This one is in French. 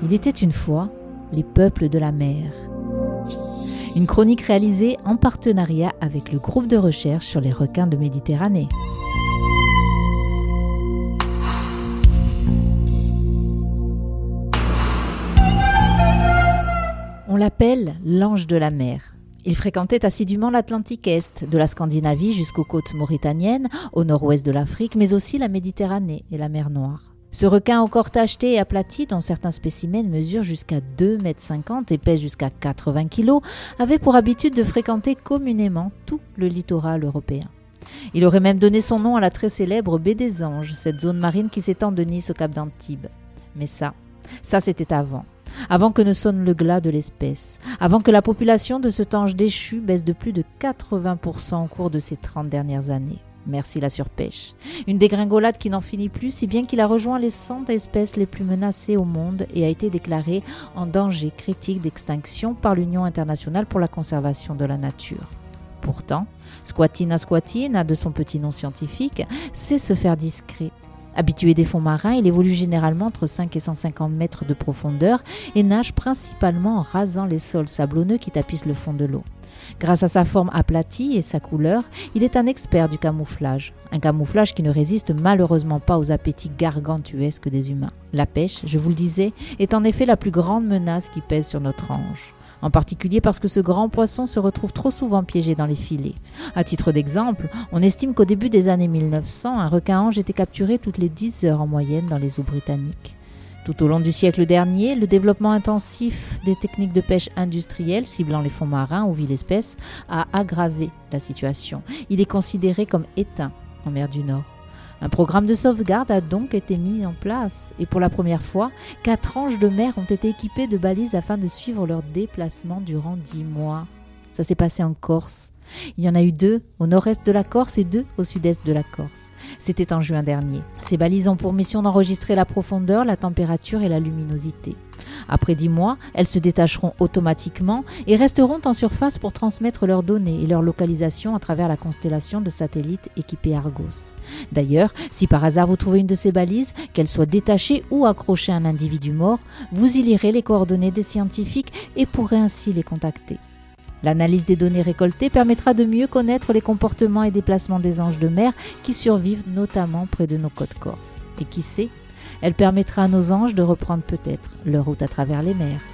Il était une fois les peuples de la mer. Une chronique réalisée en partenariat avec le groupe de recherche sur les requins de Méditerranée. On l'appelle l'ange de la mer. Il fréquentait assidûment l'Atlantique Est, de la Scandinavie jusqu'aux côtes mauritaniennes, au nord-ouest de l'Afrique, mais aussi la Méditerranée et la mer Noire. Ce requin au corps tacheté et aplati, dont certains spécimens mesurent jusqu'à 2,50 m et pèsent jusqu'à 80 kg, avait pour habitude de fréquenter communément tout le littoral européen. Il aurait même donné son nom à la très célèbre baie des Anges, cette zone marine qui s'étend de Nice au cap d'Antibes. Mais ça c'était avant que ne sonne le glas de l'espèce, avant que la population de cet ange déchu baisse de plus de 80% au cours de ces 30 dernières années. Merci la surpêche. Une dégringolade qui n'en finit plus, si bien qu'il a rejoint les 100 espèces les plus menacées au monde et a été déclaré en danger critique d'extinction par l'Union internationale pour la conservation de la nature. Pourtant, Squatina squatina, de son petit nom scientifique, sait se faire discret. Habitué des fonds marins, il évolue généralement entre 5 et 150 mètres de profondeur et nage principalement en rasant les sols sablonneux qui tapissent le fond de l'eau. Grâce à sa forme aplatie et sa couleur, il est un expert du camouflage. Un camouflage qui ne résiste malheureusement pas aux appétits gargantuesques des humains. La pêche, je vous le disais, est en effet la plus grande menace qui pèse sur notre ange. En particulier parce que ce grand poisson se retrouve trop souvent piégé dans les filets. À titre d'exemple, on estime qu'au début des années 1900, un requin-ange était capturé toutes les 10 heures en moyenne dans les eaux britanniques. Tout au long du siècle dernier, le développement intensif des techniques de pêche industrielles ciblant les fonds marins où vit l'espèce a aggravé la situation. Il est considéré comme éteint en mer du Nord. Un programme de sauvegarde a donc été mis en place et pour la première fois, 4 anges de mer ont été équipés de balises afin de suivre leur déplacement durant 10 mois. Ça s'est passé en Corse. Il y en a eu 2 au nord-est de la Corse et 2 au sud-est de la Corse. C'était en juin dernier. Ces balises ont pour mission d'enregistrer la profondeur, la température et la luminosité. Après 10 mois, elles se détacheront automatiquement et resteront en surface pour transmettre leurs données et leur localisation à travers la constellation de satellites équipés Argos. D'ailleurs, si par hasard vous trouvez une de ces balises, qu'elle soit détachée ou accrochée à un individu mort, vous y lirez les coordonnées des scientifiques et pourrez ainsi les contacter. L'analyse des données récoltées permettra de mieux connaître les comportements et déplacements des anges de mer qui survivent notamment près de nos côtes corses. Et qui sait, elle permettra à nos anges de reprendre peut-être leur route à travers les mers.